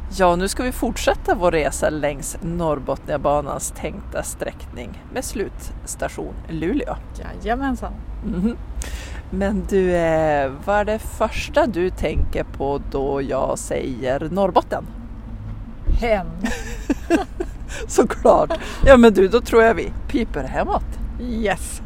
Ja, nu ska vi fortsätta vår resa längs Norrbotniabanans tänkta sträckning med slutstation Luleå. Jajamensan. Mm. Men du, vad är det första du tänker på då jag säger Norrbotten? Hem. Såklart. Ja men du, då tror jag vi piper hemåt. Yes.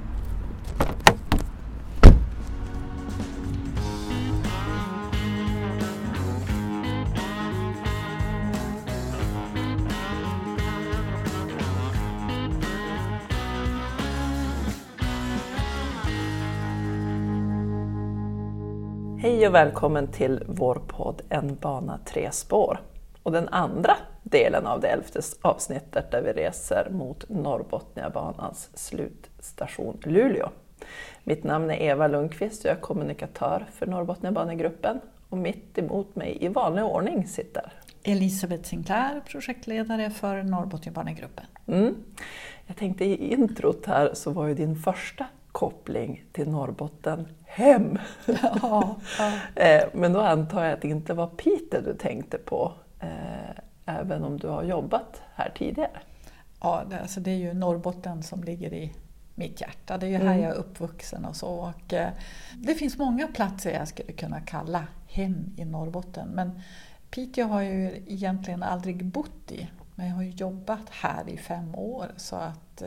Hej och välkommen till vår podd En bana tre spår. Och den andra delen av det 11:e avsnittet där vi reser mot Norrbotniabanans slutstation Luleå. Mitt namn är Eva Lundqvist och jag är kommunikatör för Norrbotniabanegruppen. Och mitt emot mig i vanlig ordning sitter Elisabeth Sinclair, projektledare för Norrbotniabanegruppen. Jag tänkte i introt här så var ju din första koppling till Norrbotten hem. Ja. Men då antar jag att det inte var Piteå du tänkte på, även om du har jobbat här tidigare. Ja, det är ju Norrbotten som ligger i mitt hjärta. Det är ju här jag är uppvuxen och så. Och, det finns många platser jag skulle kunna kalla hem i Norrbotten. Men Piteå har jag ju egentligen aldrig bott i. Men jag har ju jobbat här i 5 år. Så att,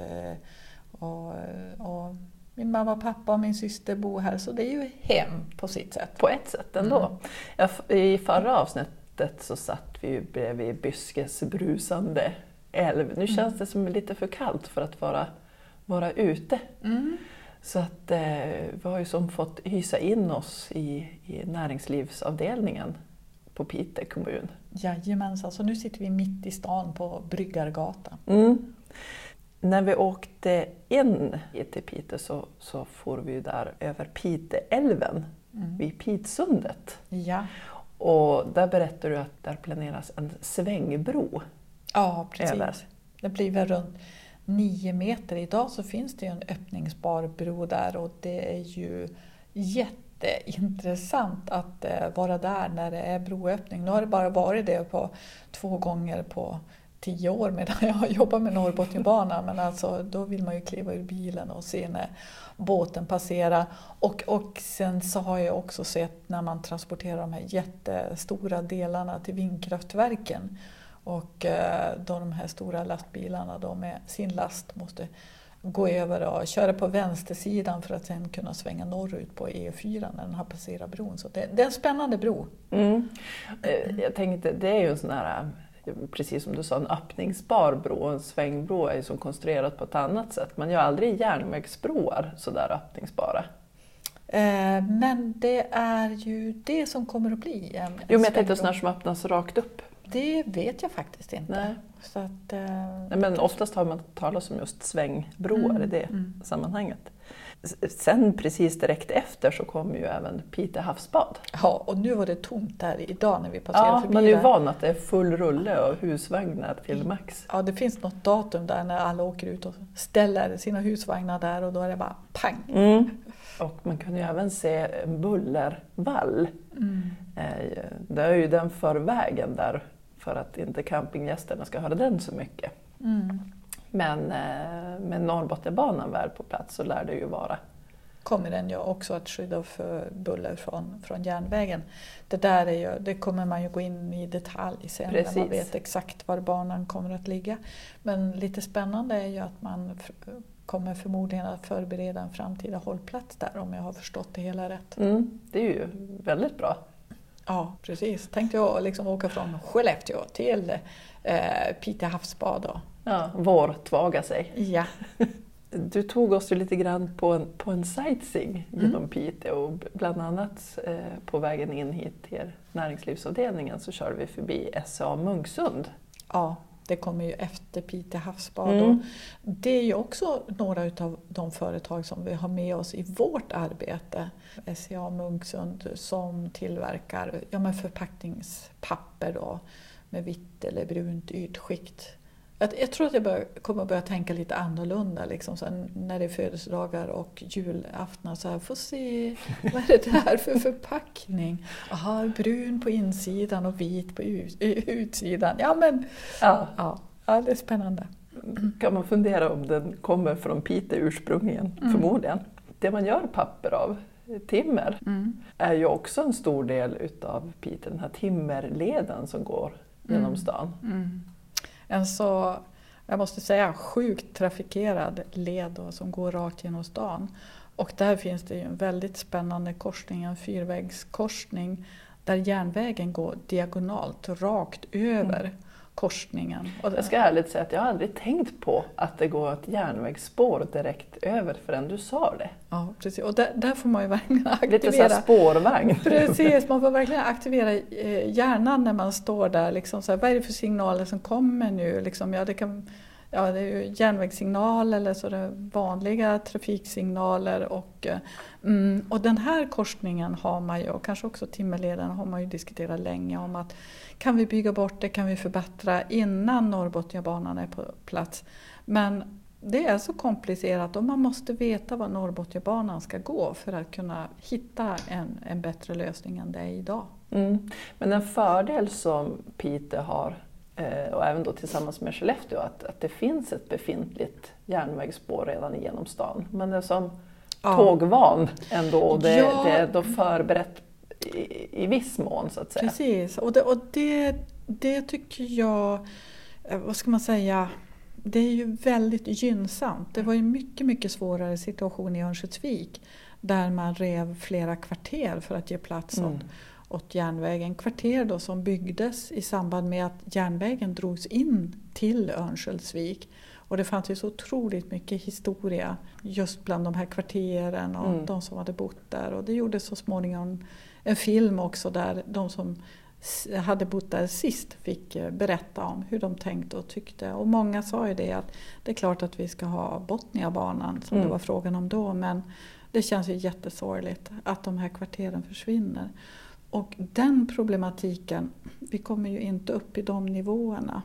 och min mamma, pappa och min syster bor här. Så det är ju hem på sitt sätt. På ett sätt ändå. I förra avsnittet så satt vi ju bredvid Byskes brusande älv. Nu känns det som lite för kallt för att vara ute. Så att vi har ju som fått hysa in oss i näringslivsavdelningen på Piteå kommun. Jajamensan, så nu sitter vi mitt i stan på Bryggargatan. När vi åkte in till Piteå så får vi ju där över Piteälven vid Pitsundet. Ja. Och där berättar du att där planeras en svängbro. Ja, precis. Över. Det blir väl runt 9 meter. Idag så finns det ju en öppningsbar bro där och det är ju jätteintressant att vara där när det är broöppning. Nu har det bara varit det på 2 gånger på 10 år medan jag har jobbat med Norrbotniabanan, men alltså då vill man ju kliva ur bilen och se när båten passerar. Och sen så har jag också sett när man transporterar de här jättestora delarna till vindkraftverken och då de här stora lastbilarna då med sin last måste gå över och köra på vänstersidan för att sen kunna svänga norrut på E4 när den har passerat bron. Så det är en spännande bro. Jag tänkte, det är ju en sån här, precis som du sa, en öppningsbar bro. En svängbro är ju som konstruerat på ett annat sätt. Man gör aldrig järnvägsbroar så där öppningsbara. Men det är ju det som kommer att bli en Jo, men jag tänkte sådana som öppnas rakt upp. Det vet jag faktiskt inte. Nej. Så att, Nej, men oftast har man talat om just svängbroar i det sammanhanget. Sen precis direkt efter så kom ju även Piteå havsbad. Ja, och nu var det tomt där idag när vi passerade förbi. Man är ju van att det är full rulle och husvagnar till max. Ja, det finns något datum där när alla åker ut och ställer sina husvagnar där och då är det bara pang. Och man kan ju även se en bullervall. Det är ju den för vägen där för att inte campinggästerna ska höra den så mycket. Men med Norrbotniabanan väl på plats så lär det ju vara. Kommer den ju också att skydda för buller från järnvägen. Det där är ju, det kommer man ju gå in i detalj sen när man vet exakt var banan kommer att ligga. Men lite spännande är ju att man kommer förmodligen att förbereda en framtida hållplats där om jag har förstått det hela rätt. Det är ju väldigt bra. Ja, precis. Tänkte jag liksom åka från Skellefteå till Piteå havsbad då. Ja, vår tvaga sig. Ja. Du tog oss ju lite grann på en sightseeing genom Piteå och bland annat på vägen in hit till näringslivsavdelningen så körde vi förbi SCA Munksund. Ja, det kommer ju efter Piteå havsbad. Det är ju också några av de företag som vi har med oss i vårt arbete. SCA Munksund som tillverkar förpackningspapper då, med vitt eller brunt ytskikt. Jag tror att jag kommer börja tänka lite annorlunda liksom, så här, när det är födelsedagar och julaftnar. Så här, får se, vad är det där för förpackning? Aha, brun på insidan och vit på utsidan. Ja, men ja, det är spännande. Kan man fundera om den kommer från Piteå ursprungligen? Förmodligen. Det man gör papper av, timmer, är ju också en stor del utav Piteå. Den här timmerleden som går genom stan. En så, jag måste säga, sjukt trafikerad led då, som går rakt genom stan. Och där finns det ju en väldigt spännande korsning, en fyrvägskorsning där järnvägen går diagonalt rakt över korsningen. Jag ska ärligt säga att jag aldrig tänkt på att det går ett järnvägsspår direkt över förrän du sa det. Ja, precis. Och där får man ju verkligen aktivera. Lite så här spårvagn. Precis, man får verkligen aktivera hjärnan när man står där. Liksom, så här, vad är det för signaler som kommer nu? Liksom, det är ju järnvägssignaler eller så det vanliga trafiksignaler. Och den här korsningen har man ju, och kanske också timmerleden har man ju diskuterat länge om att kan vi bygga bort det, kan vi förbättra innan Norrbotniabanan är på plats. Men det är så komplicerat och man måste veta var Norrbotniabanan ska gå för att kunna hitta en bättre lösning än det är idag. Men en fördel som Piteå har, och även då tillsammans med Skellefteå, att det finns ett befintligt järnvägsspår redan genom stan. Men det är som tågvan ändå, och det är då förberett i viss mån så att säga. Precis, och det tycker jag, vad ska man säga, det är ju väldigt gynnsamt. Det var ju mycket, mycket svårare situation i Örnsköldsvik där man rev flera kvarter för att ge plats åt järnvägen. Kvarter då som byggdes i samband med att järnvägen drogs in till Örnsköldsvik. Och det fanns ju så otroligt mycket historia just bland de här kvarteren och de som hade bott där. Och det gjorde så småningom en film också där de som hade bott där sist fick berätta om hur de tänkte och tyckte. Och många sa ju det att det är klart att vi ska ha Botniabanan som det var frågan om då. Men det känns ju jättesorgligt att de här kvarteren försvinner. Och den problematiken, vi kommer ju inte upp i de nivåerna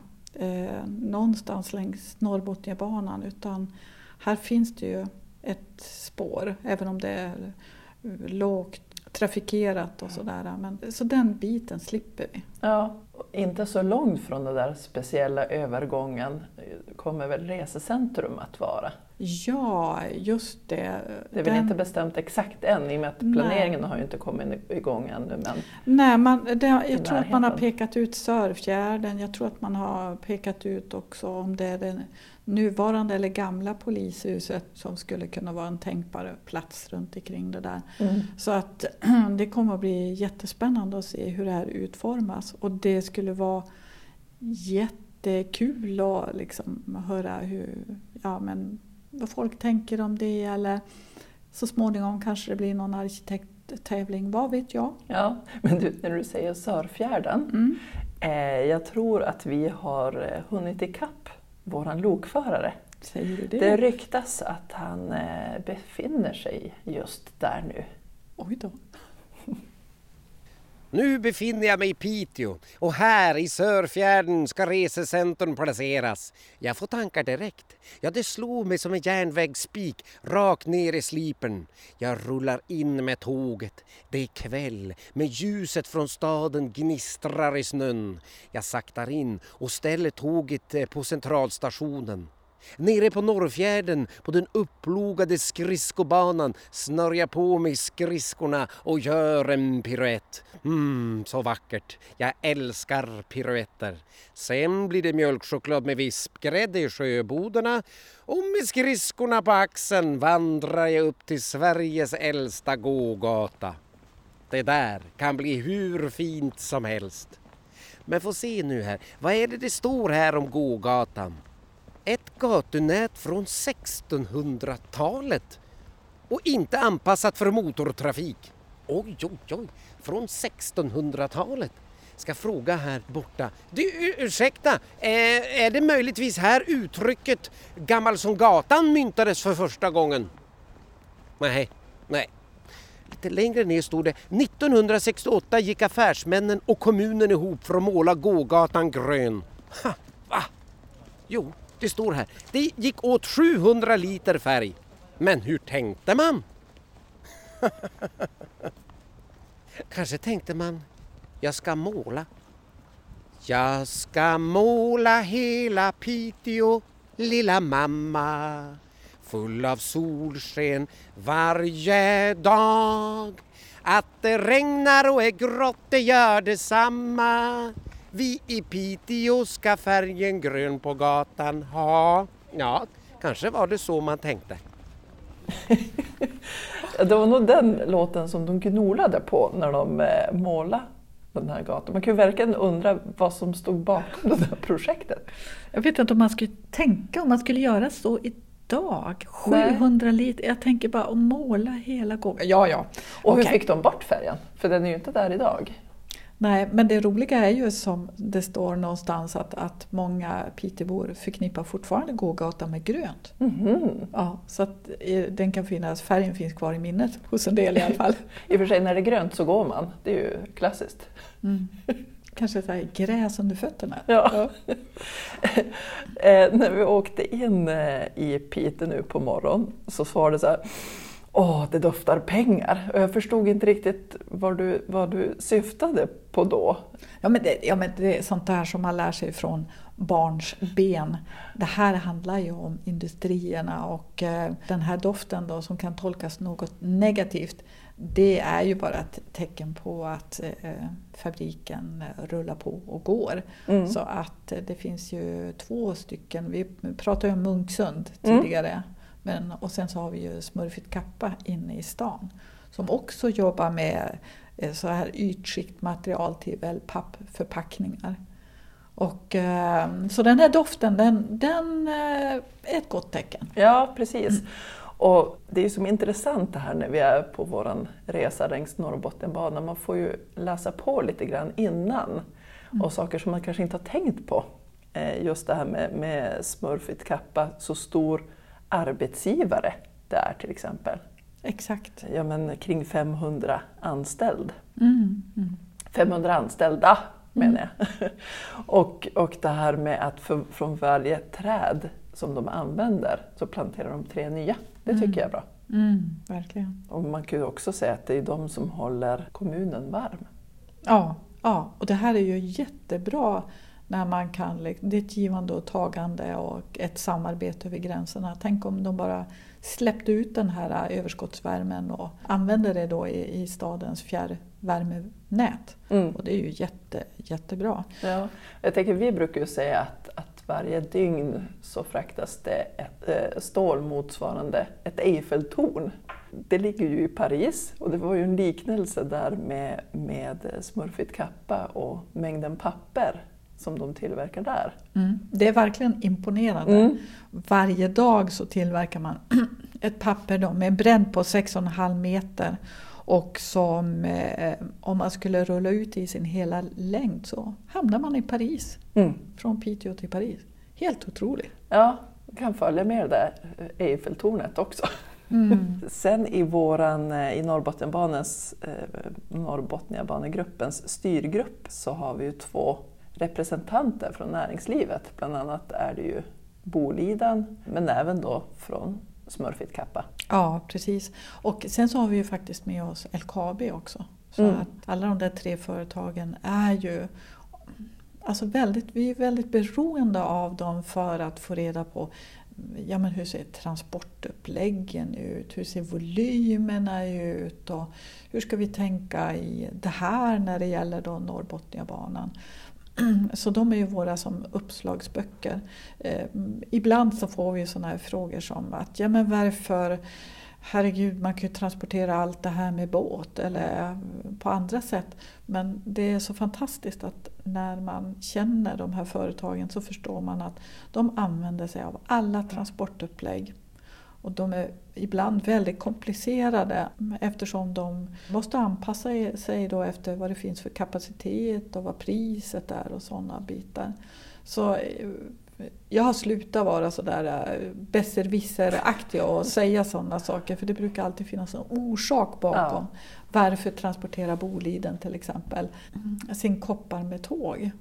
någonstans längs Norrbotniabanan, utan här finns det ju ett spår, även om det är lågt trafikerat och sådär. Men, så den biten slipper vi. Ja, inte så långt från den där speciella övergången kommer väl resecentrum att vara? Ja, just det. Det är väl inte bestämt exakt än, i och med att planeringen har ju inte kommit igång ännu. Jag tror att man har pekat ut Sörfjärden. Jag tror att man har pekat ut också om det är det nuvarande eller gamla polishuset som skulle kunna vara en tänkbar plats runt omkring det där. Så att det kommer att bli jättespännande att se hur det här utformas. Och det skulle vara jättekul att liksom höra vad folk tänker om det, eller så småningom kanske det blir någon arkitekttävling, vad vet jag. Ja, men du, när du säger Sörfjärden, jag tror att vi har hunnit ikapp våran lokförare. Säger du det? Det ryktas att han befinner sig just där nu. Oj då. Nu befinner jag mig i Piteå och här i Sörfjärden ska resecentrum placeras. Jag får tankar direkt. Ja, det slog mig som en järnvägsspik rakt ner i slipen. Jag rullar in med tåget. Det är kväll, med ljuset från staden gnistrar i snön. Jag saktar in och ställer tåget på centralstationen. Nere på Norrfjärden, på den upplogade skridskobanan, snurrar jag på mig skridskorna och gör en piruett. Så vackert. Jag älskar piruetter. Sen blir det mjölkchoklad med vispgrädde i sjöbodarna, och med skridskorna på axeln vandrar jag upp till Sveriges äldsta gågata. Det där kan bli hur fint som helst. Men få se nu här, vad är det står här om gågatan? Ett gatunät från 1600-talet och inte anpassat för motortrafik. Oj, från 1600-talet. Ska fråga här borta. Du, ursäkta, är det möjligtvis här uttrycket gammal som gatan myntades för första gången? Nej. Lite längre ner stod det: 1968 gick affärsmännen och kommunen ihop för att måla gågatan grön. Va? Jo, det står här. Det gick åt 700 liter färg. Men hur tänkte man? Kanske tänkte man, jag ska måla. Jag ska måla hela Piteå, lilla mamma. Full av solsken varje dag. Att det regnar och är grått, det gör detsamma. Vi i Piteå ska färgen grön på gatan ha. Ja, kanske var det så man tänkte. Det var nog den låten som de gnolade på när de målade den här gatan. Man kan ju verkligen undra vad som stod bakom det här projektet. Jag vet inte om man skulle tänka om man skulle göra så idag. 700 liter. Jag tänker bara att måla hela gången. Ja. Och hur fick de bort färgen? För den är ju inte där idag. Nej, men det roliga är ju som det står någonstans att många Pitebor förknippar fortfarande gågatan med grönt. Mm-hmm. Ja, så att den kan finnas, färgen finns kvar i minnet hos en del i alla fall. I och för sig när det är grönt så går man, det är ju klassiskt. Mm. Kanske så här gräs under fötterna. Ja. När vi åkte in i Piteå nu på morgon så var det så här, det doftar pengar. Och jag förstod inte riktigt vad du syftade på då. Ja, men det är sånt där som man lär sig från barns ben. Det här handlar ju om industrierna och den här doften då som kan tolkas något negativt. Det är ju bara ett tecken på att fabriken rullar på och går. Mm. Så att det finns ju 2 stycken. Vi pratade ju om Munksund tidigare. Och sen så har vi ju Smurfit Kappa inne i stan som också jobbar med så här ytskiktmaterial till wellpappförpackningar. Och så den här doften den är ett gott tecken. Ja, precis. Och det är som intressant det här när vi är på våran resa längs Norrbotniabanan. Man får ju läsa på lite grann innan och saker som man kanske inte har tänkt på. Just det här med Smurfit Kappa, så stor arbetsgivare det är till exempel. Exakt. Ja, men kring 500 anställd. 500 anställda menar jag. och det här med att från varje träd som de använder så planterar de 3 nya. Det tycker jag är bra. Verkligen. Och man kan ju också säga att det är de som håller kommunen varm. Ja, och det här är ju jättebra när man kan, det är ett givande och tagande och ett samarbete över gränserna. Tänk om de bara släppte ut den här överskottsvärmen och använder det då i stadens fjärrvärmenät. Och det är ju jättebra. Ja, jag tänker vi brukar ju säga att varje dygn så fraktas det ett stål motsvarande ett Eiffeltorn. Det ligger ju i Paris och det var ju en liknelse där med Smurfit Kappa och mängden papper som de tillverkar där. Det är verkligen imponerande. Varje dag så tillverkar man ett papper då med bredd på 6,5 meter och som om man skulle rulla ut i sin hela längd så hamnar man i Paris. Från Piteå till Paris. Helt otroligt. Ja, kan följa med det där Eiffeltornet också. Sen i Norrbotniabanegruppens styrgrupp så har vi ju 2 representanter från näringslivet. Bland annat är det ju Boliden men även då från Smurfit Kappa. Ja, precis. Och sen så har vi ju faktiskt med oss LKAB också. Så att alla de där 3 företagen är ju vi är väldigt beroende av dem för att få reda på hur ser transportuppläggen ut, hur ser volymerna ut och hur ska vi tänka i det här när det gäller då Norrbotniabanan. Så de är ju våra som uppslagsböcker. Ibland så får vi sådana här frågor som att varför, herregud, man kan ju transportera allt det här med båt eller på andra sätt. Men det är så fantastiskt att när man känner de här företagen så förstår man att de använder sig av alla transportupplägg. Och de är ibland väldigt komplicerade eftersom de måste anpassa sig då efter vad det finns för kapacitet och vad priset är och sådana bitar. Så jag har slutat vara sådär besserwisseraktig och säga sådana saker för det brukar alltid finnas en orsak bakom. Varför transporterar Boliden till exempel sin koppar med tåg?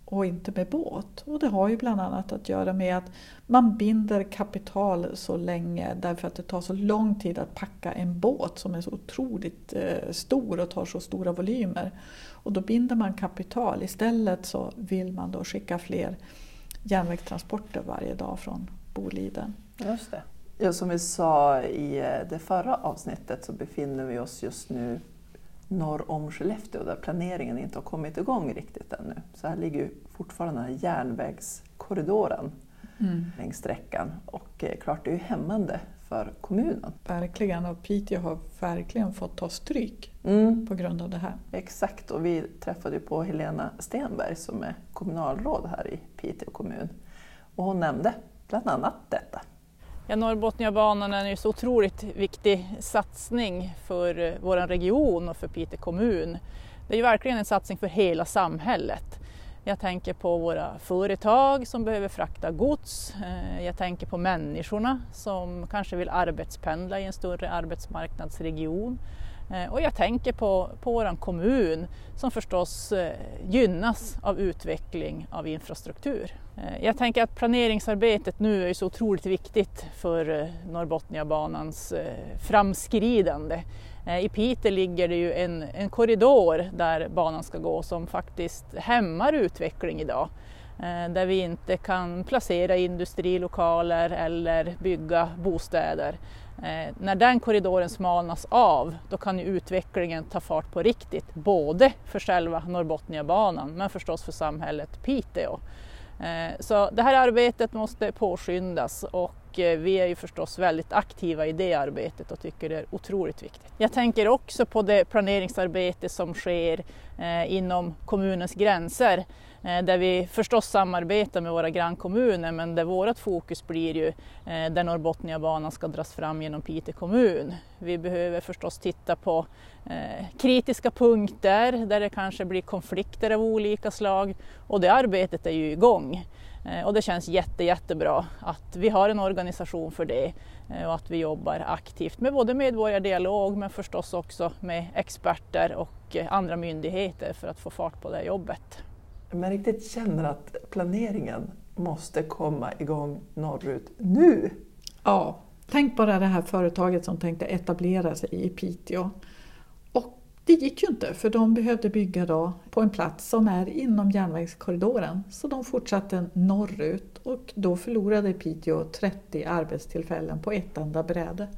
och inte med båt. Och det har ju bland annat att göra med att man binder kapital så länge därför att det tar så lång tid att packa en båt som är så otroligt stor och tar så stora volymer. Och då binder man kapital. Istället så vill man då skicka fler järnvägstransporter varje dag från Boliden. Just det. Ja, som vi sa i det förra avsnittet så befinner vi oss just nu norr om Skellefteå där planeringen inte har kommit igång riktigt ännu. Så här ligger ju fortfarande den här järnvägskorridoren längs sträckan och klart det är ju hämmande för kommunen. Verkligen, och Piteå har verkligen fått ta stryk på grund av det här. Exakt, och vi träffade ju på Helena Stenberg som är kommunalråd här i Piteå kommun. Och hon nämnde bland annat detta. Ja, Norrbotniabanan är ju så otroligt viktig satsning för vår region och för Piteå kommun. Det är ju verkligen en satsning för hela samhället. Jag tänker på våra företag som behöver frakta gods. Jag tänker på människorna som kanske vill arbetspendla i en större arbetsmarknadsregion. Och jag tänker på vår kommun som förstås gynnas av utveckling av infrastruktur. Jag tänker att planeringsarbetet nu är så otroligt viktigt för Norrbotniabanans framskridande. I Piteå ligger det ju en korridor där banan ska gå som faktiskt hämmar utveckling idag. Där vi inte kan placera industrilokaler eller bygga bostäder. När den korridoren smalnas av, då kan ju utvecklingen ta fart på riktigt. Både för själva Norrbotniabanan men förstås för samhället Piteå. Så det här arbetet måste påskyndas och vi är ju förstås väldigt aktiva i det arbetet och tycker det är otroligt viktigt. Jag tänker också på det planeringsarbete som sker inom kommunens gränser där vi förstås samarbetar med våra grannkommuner men där vårt fokus blir ju där Norrbotniabanan ska dras fram genom Piteå kommun. Vi behöver förstås titta på kritiska punkter där det kanske blir konflikter av olika slag och det arbetet är ju igång. Och det känns jättebra att vi har en organisation för det och att vi jobbar aktivt med både medborgardialog men förstås också med experter och andra myndigheter för att få fart på det här jobbet. Men riktigt känner att planeringen måste komma igång norrut nu. Ja, tänk bara det här företaget som tänkte etablera sig i Piteå. Och det gick ju inte för de behövde bygga då på en plats som är inom järnvägskorridoren. Så de fortsatte norrut och då förlorade Piteå 30 arbetstillfällen på ett enda bräde.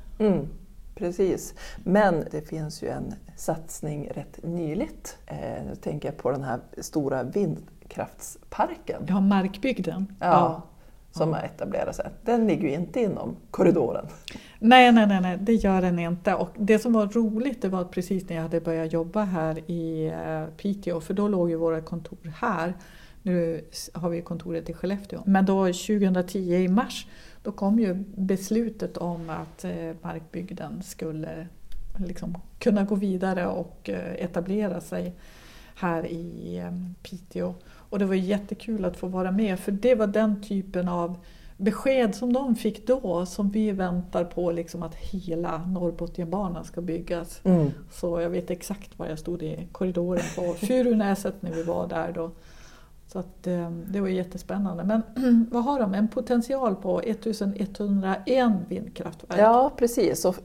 Precis, men det finns ju en satsning rätt nyligt. Nu tänker jag på den här stora vindkraftsparken. Ja, Markbygden. Ja. Som har etablerat sig. Den ligger ju inte inom korridoren. Nej, det gör den inte. Och det som var roligt det var att precis när jag hade börjat jobba här i Piteå, för då låg ju våra kontor här. Nu har vi kontoret i Skellefteå. Men då 2010 i mars, då kom ju beslutet om att Markbygden skulle liksom kunna gå vidare och etablera sig här i Piteå. Och det var jättekul att få vara med, för det var den typen av besked som de fick då som vi väntar på, liksom att hela Norrbotniabanan ska byggas. Så jag vet exakt var jag stod i korridoren på Furunäset när vi var där då. Så att, det var jättespännande. Men vad har de? En potential på 1101 vindkraftverk. Ja, precis. Så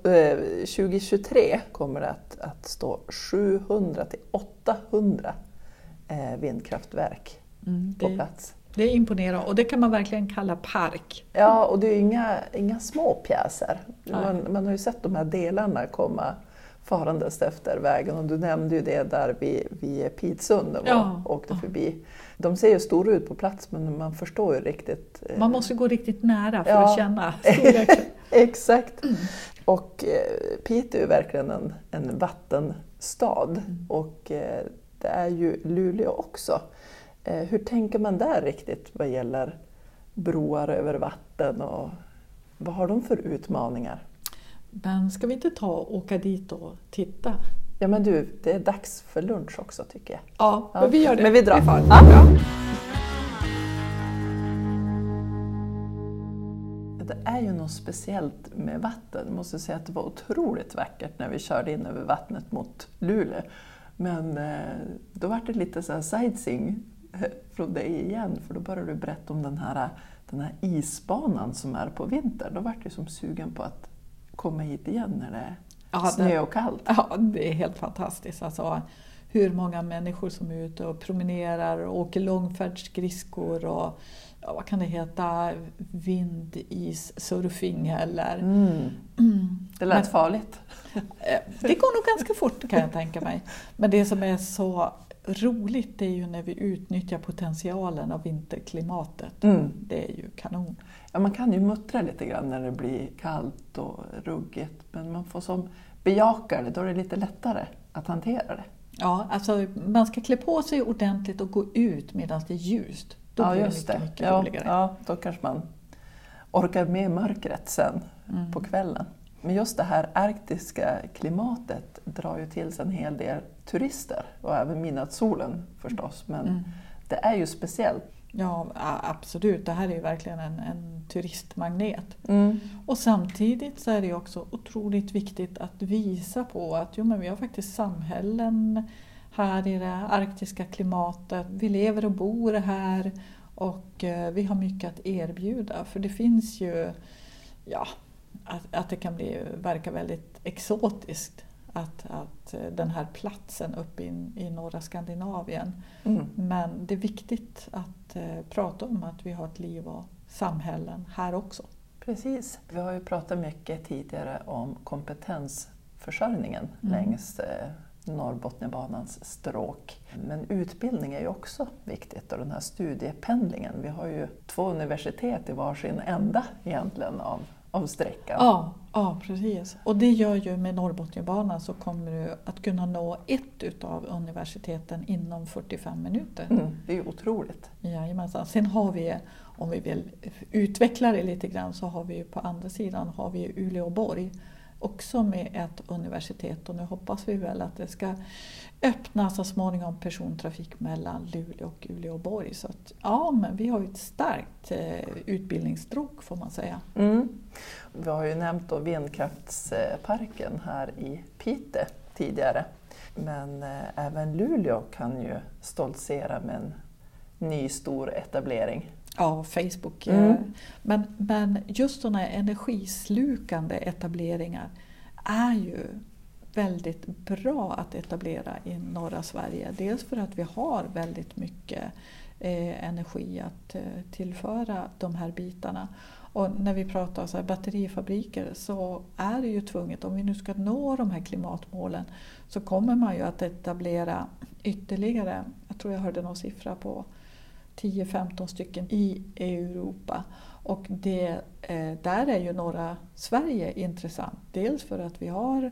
2023 kommer det att stå 700 till 800 vindkraftverk på plats. Det är imponerande och det kan man verkligen kalla park. Ja, och det är inga små pjäser. Man har ju sett de här delarna komma farandes efter vägen och du nämnde ju det där vid Pidsund och åkte förbi. De ser ju stora ut på plats men man förstår ju riktigt. Man måste gå riktigt nära för att känna storleken. Exakt. Och Piteå är verkligen en vattenstad och det är ju Luleå också. Hur tänker man där riktigt vad gäller broar över vatten och vad har de för utmaningar? Men ska vi inte åka dit och titta? Ja men du, det är dags för lunch också tycker jag. Ja. Men vi gör det. Men vi drar. Det är ju något speciellt med vatten. Jag måste säga att det var otroligt vackert när vi körde in över vattnet mot Luleå. Men då var det lite så här sightseeing från dig igen, för då började du berätta om den här isbanan som är på vintern. Då var du som sugen på att komma hit igen när det är snö och kallt. Ja, det är helt fantastiskt. Alltså, hur många människor som är ute och promenerar och åker långfärdsskridskor och vad kan det heta, vindissurfing eller... Det lät farligt. Det går nog ganska fort kan jag tänka mig. Men det som är så roligt är ju när vi utnyttjar potentialen av vinterklimatet. Det är ju kanon. Ja, man kan ju muttra lite grann när det blir kallt och ruggigt, men man får som bejaka det, då är det lite lättare att hantera det. Ja, alltså man ska klä på sig ordentligt och gå ut medan det är ljust. Då blir det mycket roligare. Ja, då kanske man orkar med mörkret sen på kvällen. Men just det här arktiska klimatet drar ju till sig en hel del turister och även midnattssolen förstås. Men det är ju speciellt. Ja, absolut. Det här är ju verkligen en turistmagnet. Och samtidigt så är det också otroligt viktigt att visa på att men vi har faktiskt samhällen här i det arktiska klimatet. Vi lever och bor här och vi har mycket att erbjuda. För det finns ju, att det kan verka väldigt exotiskt att den här platsen uppe i norra Skandinavien. Men det är viktigt att prata om att vi har ett liv och samhällen här också. Precis. Vi har ju pratat mycket tidigare om kompetensförsörjningen längs Norrbotniabanans stråk. Men utbildning är ju också viktigt och den här studiependlingen. Vi har ju 2 universitet i varsin ända egentligen av sträckan. Ja, precis. Och det gör ju med Norrbotniabanan så kommer du att kunna nå ett utav universiteten inom 45 minuter. Det är ju otroligt. Jajamensan. Sen har vi, om vi vill utveckla det lite grann, så har vi på andra sidan har vi Uleåborg också med ett universitet, och nu hoppas vi väl att det ska öppna så småningom persontrafik mellan Luleå och Uleåborg. Så att, men vi har ju ett starkt utbildningsstråk får man säga. Vi har ju nämnt då vindkraftsparken här i Piteå tidigare. Men även Luleå kan ju stoltsera med en ny stor etablering. Ja, Facebook. Men just sådana här energislukande etableringar är ju väldigt bra att etablera i norra Sverige. Dels för att vi har väldigt mycket energi att tillföra de här bitarna. Och när vi pratar så här batterifabriker så är det ju tvunget, om vi nu ska nå de här klimatmålen, så kommer man ju att etablera ytterligare, jag tror jag hörde någon siffra på 10-15 stycken i Europa. Och där är ju norra Sverige intressant. Dels för att vi har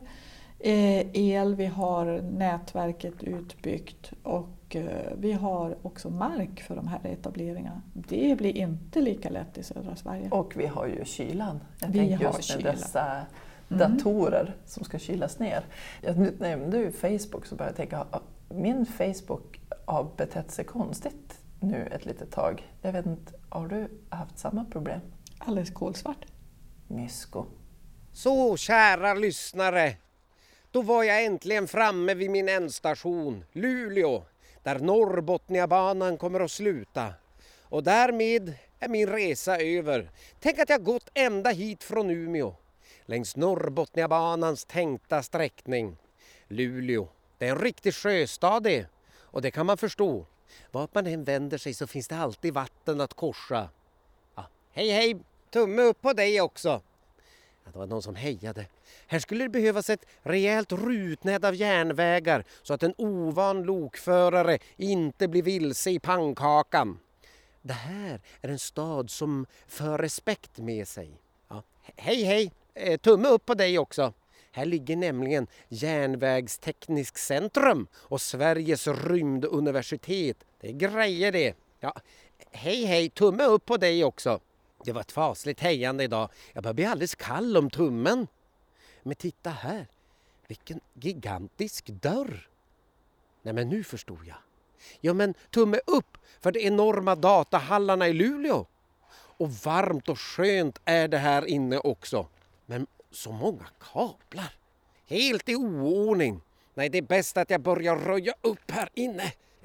el, vi har nätverket utbyggt och vi har också mark för de här etableringarna. Det blir inte lika lätt i södra Sverige. Och vi har ju kylan. Jag tänker just med dessa datorer som ska kylas ner. Jag nämnde ju Facebook, så började jag tänka, min Facebook har betett sig konstigt nu ett litet tag. Jag vet inte, har du haft samma problem? Alldeles kolsvart. Mysko. Så kära lyssnare, då var jag äntligen framme vid min ändstation, Luleå, där Norrbotniabanan kommer att sluta. Och därmed är min resa över. Tänk att jag gått ända hit från Umeå, längs Norrbotniabanans tänkta sträckning. Luleå, det är en riktig sjöstad det, och det kan man förstå. Vart man än vänder sig så finns det alltid vatten att korsa. Ja, hej, tumme upp på dig också. Ja, det var någon som hejade. Här skulle det behövas ett rejält rutnät av järnvägar så att en ovan lokförare inte blir vilse i pannkakan. Det här är en stad som för respekt med sig. Ja, hej, tumme upp på dig också. Här ligger nämligen Järnvägsteknisk centrum och Sveriges rymduniversitet. Det är grejer det. Ja, hej, tumme upp på dig också. Det var ett fasligt hejande idag. Jag börjar bli alldeles kall om tummen. Men titta här. Vilken gigantisk dörr. Nej, men nu förstod jag. Ja, men tumme upp för de enorma datahallarna i Luleå. Och varmt och skönt är det här inne också. Men så många kablar. Helt i oordning. Nej, det är bäst att jag börjar röja upp här inne.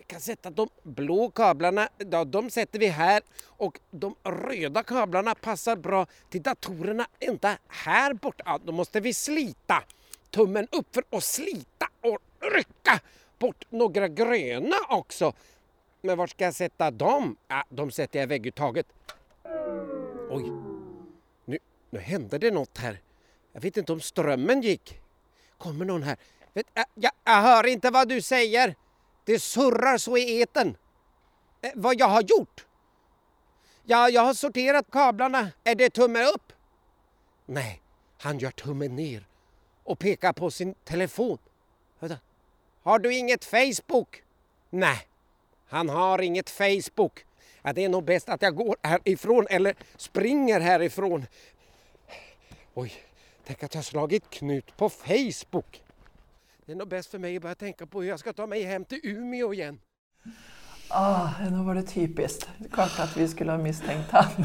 kan sätta de blå kablarna, de sätter vi här, och de röda kablarna passar bra till datorerna ända här borta. Då måste vi slita tummen upp för att slita och rycka bort några gröna också. Men var ska jag sätta dem? Ja, de sätter jag i vägguttaget. Oj, nu hände det något här. Jag vet inte om strömmen gick. Kommer någon här? Jag hör inte vad du säger. Det surrar så i eten. Vad jag har gjort? Jag har sorterat kablarna. Är det tumme upp? Nej, han gör tummen ner och pekar på sin telefon. Vänta. Har du inget Facebook? Nej, han har inget Facebook. Ja, det är nog bäst att jag går härifrån eller springer härifrån. Oj, tänk att jag har slagit knut på Facebook. Det är nog bäst för mig att börja tänka på hur jag ska ta mig hem till Umeå igen. Nu var det typiskt. Det är klart att vi skulle ha misstänkt han.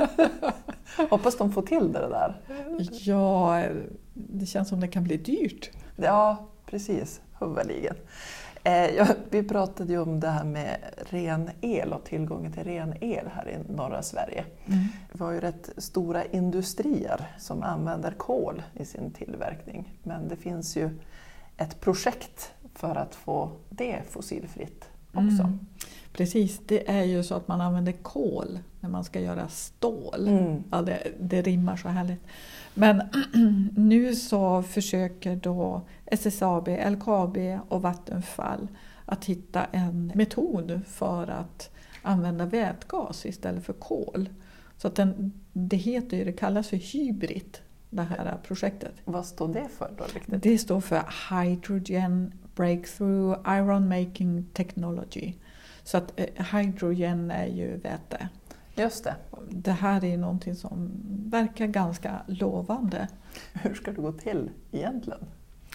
Hoppas de får till det där. Ja, det känns som det kan bli dyrt. Ja, precis. Huvudligen. Vi pratade ju om det här med ren el och tillgången till ren el här i norra Sverige. Det var ju rätt stora industrier som använder kol i sin tillverkning. Men det finns ju ett projekt för att få det fossilfritt också. Precis, det är ju så att man använder kol när man ska göra stål. Ja, det rimmar så härligt. Men nu så försöker då SSAB, LKAB och Vattenfall att hitta en metod för att använda vätgas istället för kol. Så att det kallas för hybrid, det här projektet. Vad står det för då riktigt? Det står för Hydrogen Breakthrough Iron Making Technology. Så att hydrogen är ju väte. Just det. Det här är någonting som verkar ganska lovande. Hur ska det gå till egentligen?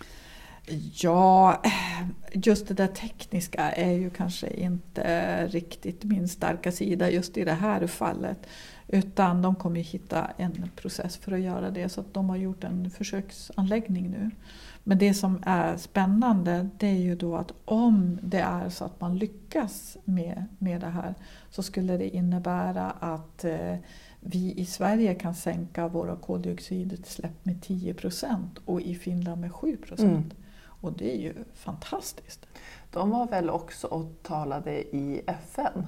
Ja, just det där tekniska är ju kanske inte riktigt min starka sida just i det här fallet. Utan de kommer hitta en process för att göra det, så att de har gjort en försöksanläggning nu. Men det som är spännande, det är ju då att om det är så att man lyckas med det här, så skulle det innebära att vi i Sverige kan sänka våra koldioxidutsläpp med 10% och i Finland med 7%. Och det är ju fantastiskt. De var väl också och talade i FN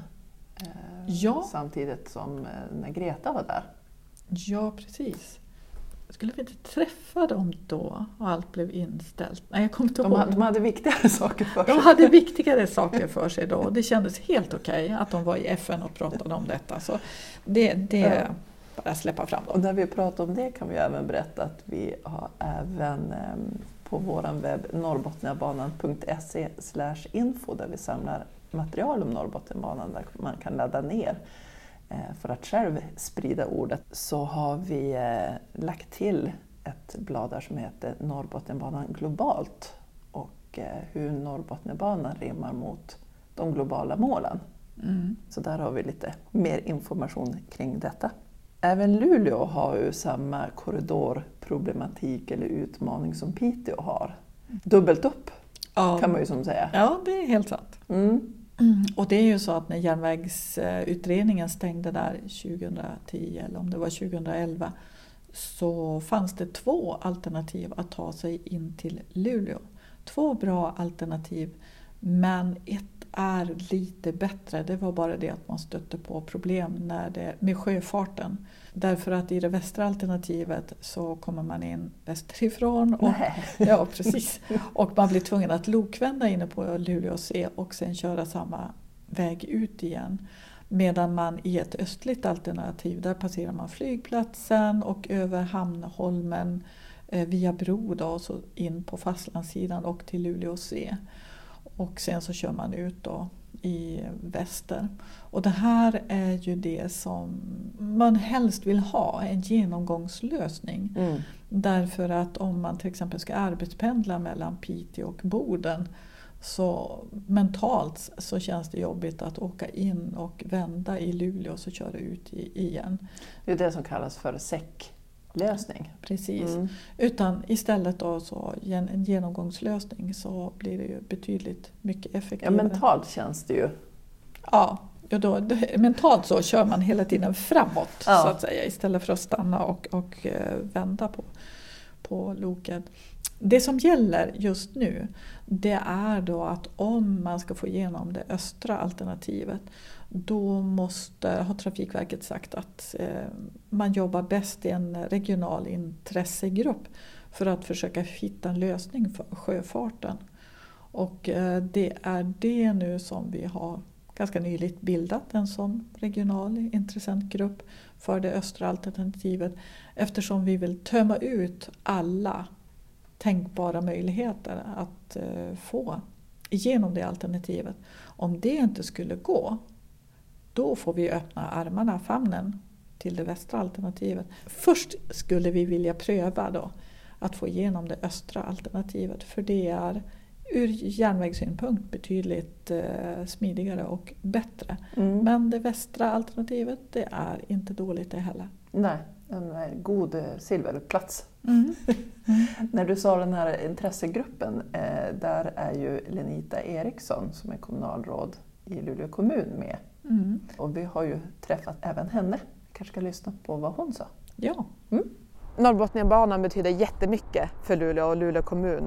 samtidigt som när Greta var där? Ja, precis. Skulle vi inte träffa dem då och allt blev inställt? Nej, jag kommer inte ihåg. De hade viktigare saker för sig. De hade viktigare saker för sig då. Det kändes helt okej att de var i FN och pratade om detta. Så det bara släppa fram dem. Och när vi pratar om det kan vi även berätta att vi har även på vår webb norrbotniabanan.se/info där vi samlar material om Norrbotniabanan där man kan ladda ner för att själv sprida ordet, så har vi lagt till ett blad där som heter Norrbotniabanan globalt och hur Norrbotniabanan rimmar mot de globala målen. Så där har vi lite mer information kring detta. Även Luleå har ju samma korridorproblematik eller utmaning som Piteå har. Dubbelt upp kan man ju som säga. Ja, det är helt sant. Och det är ju så att när järnvägsutredningen stängde där 2010 eller om det var 2011, så fanns det 2 alternativ att ta sig in till Luleå. 2 bra alternativ, men ett är lite bättre. Det var bara det att man stötte på problem med sjöfarten. Därför att i det västra alternativet så kommer man in västerifrån. Ja, precis. Och man blir tvungen att lokvända inne på Luleå C och sen köra samma väg ut igen. Medan man i ett östligt alternativ, där passerar man flygplatsen och över Hamnholmen via bro då, och så in på fastlandssidan och till Luleå C. Och sen så kör man ut då i väster. Och det här är ju det som man helst vill ha, en genomgångslösning. Därför att om man till exempel ska arbetspendla mellan Piteå och Boden, så mentalt så känns det jobbigt att åka in och vända i Luleå och så köra ut igen. Det är det som kallas för lösning. Precis. Utan istället då så en genomgångslösning så blir det ju betydligt mycket effektivare. Ja, mentalt känns det ju. Ja, mentalt så kör man hela tiden framåt så att säga, istället för att stanna och vända på loket. Det som gäller just nu, det är då att om man ska få igenom det östra alternativet, då har Trafikverket sagt att man jobbar bäst i en regional intressegrupp för att försöka hitta en lösning för sjöfarten. Och det är det nu som vi har ganska nyligt bildat en sån regional intressentgrupp för det östra alternativet, eftersom vi vill tömma ut alla tänkbara möjligheter att få igenom det alternativet. Om det inte skulle gå, då får vi öppna armarna, famnen till det västra alternativet. Först skulle vi vilja pröva då att få igenom det östra alternativet, för det är ur järnvägssynpunkt betydligt smidigare och bättre. Men det västra alternativet, det är inte dåligt det heller. Nej, en god silverplats. När du sa den här intressegruppen, där är ju Lenita Eriksson som är kommunalråd i Luleå kommun med. Och vi har ju träffat även henne. Kanske ska lyssna på vad hon sa. Ja. Norrbotniabanan betyder jättemycket för Luleå och Luleå kommun.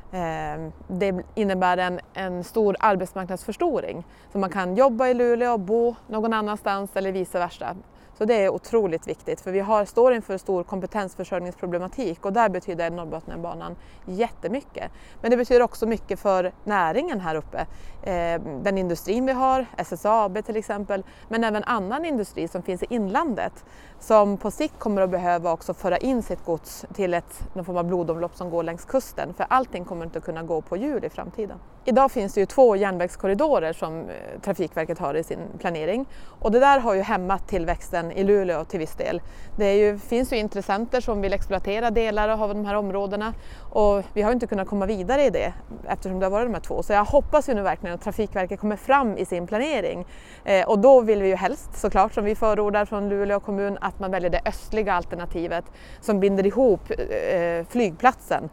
Det innebär en stor arbetsmarknadsförstoring. Så man kan jobba i Luleå och bo någon annanstans eller vice versa. Så det är otroligt viktigt, för vi står inför stor kompetensförsörjningsproblematik och där betyder Norrbotniabanan jättemycket. Men det betyder också mycket för näringen här uppe. Den industrin vi har, SSAB till exempel, men även annan industri som finns i inlandet som på sikt kommer att behöva också föra in sitt gods till någon form av blodomlopp som går längs kusten, för allting kommer inte att kunna gå på hjul i framtiden. Idag finns det ju 2 järnvägskorridorer som Trafikverket har i sin planering, och det där har ju hämmat tillväxten i Luleå till viss del. Finns ju intressenter som vill exploatera delar av de här områdena, och vi har inte kunnat komma vidare i det eftersom det har varit de här 2. Så jag hoppas ju nu verkligen att Trafikverket kommer fram i sin planering, och då vill vi ju helst såklart, som vi förordar från Luleå kommun, att man väljer det östliga alternativet som binder ihop flygplatsen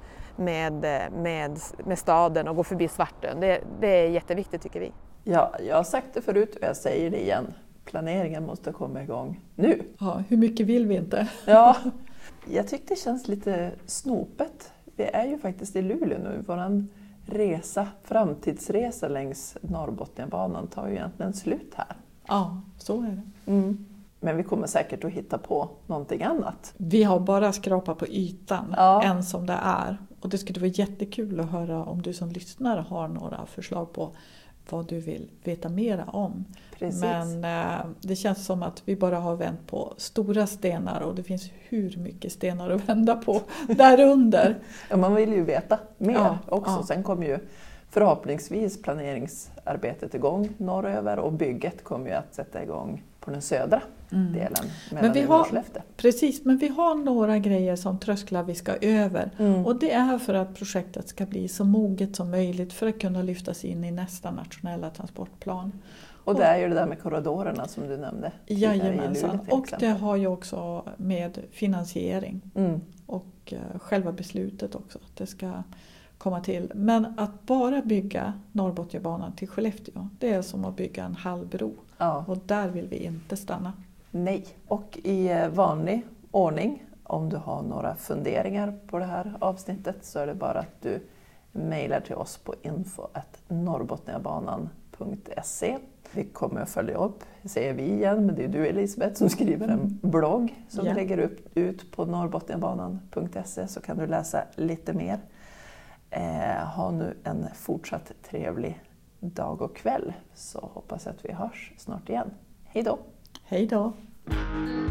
med staden och går förbi Svartön. Det är jätteviktigt tycker vi. Ja, jag har sagt det förut och jag säger det igen. Planeringen måste komma igång nu. Ja, hur mycket vill vi inte? Ja, jag tycker det känns lite snopet. Vi är ju faktiskt i Luleå nu. Våran framtidsresa längs Norrbotniabanan tar ju egentligen slut här. Ja, så är det. Men vi kommer säkert att hitta på någonting annat. Vi har bara skrapat på ytan än som det är. Och det skulle vara jättekul att höra om du som lyssnare har några förslag på vad du vill veta mera om. Precis. Men det känns som att vi bara har vänt på stora stenar och det finns hur mycket stenar att vända på där under. Ja, man vill ju veta mer också. Ja. Sen kommer ju förhoppningsvis planeringsarbetet igång norröver och bygget kommer ju att sätta igång på den södra delen mellan Luleå och Skellefteå. Precis, men vi har några grejer som trösklar vi ska över. Och det är för att projektet ska bli så moget som möjligt för att kunna lyftas in i nästa nationella transportplan. Och det är ju det där med korridorerna som du nämnde. Jajamensan, och det har ju också med finansiering och själva beslutet också att det ska komma till. Men att bara bygga Norrbotniabanan till Skellefteå, det är som att bygga en halv bro. Ja. Och där vill vi inte stanna. Nej, och i vanlig ordning, om du har några funderingar på det här avsnittet så är det bara att du mejlar till oss på info@norrbotniabanan.se. Vi kommer att följa upp, säger vi igen, men det är du Elisabeth som skriver en blogg som vi lägger ut på norrbotniabanan.se, så kan du läsa lite mer. Ha nu en fortsatt trevlig dag och kväll, så hoppas jag att vi hörs snart igen. Hej då! Hej då!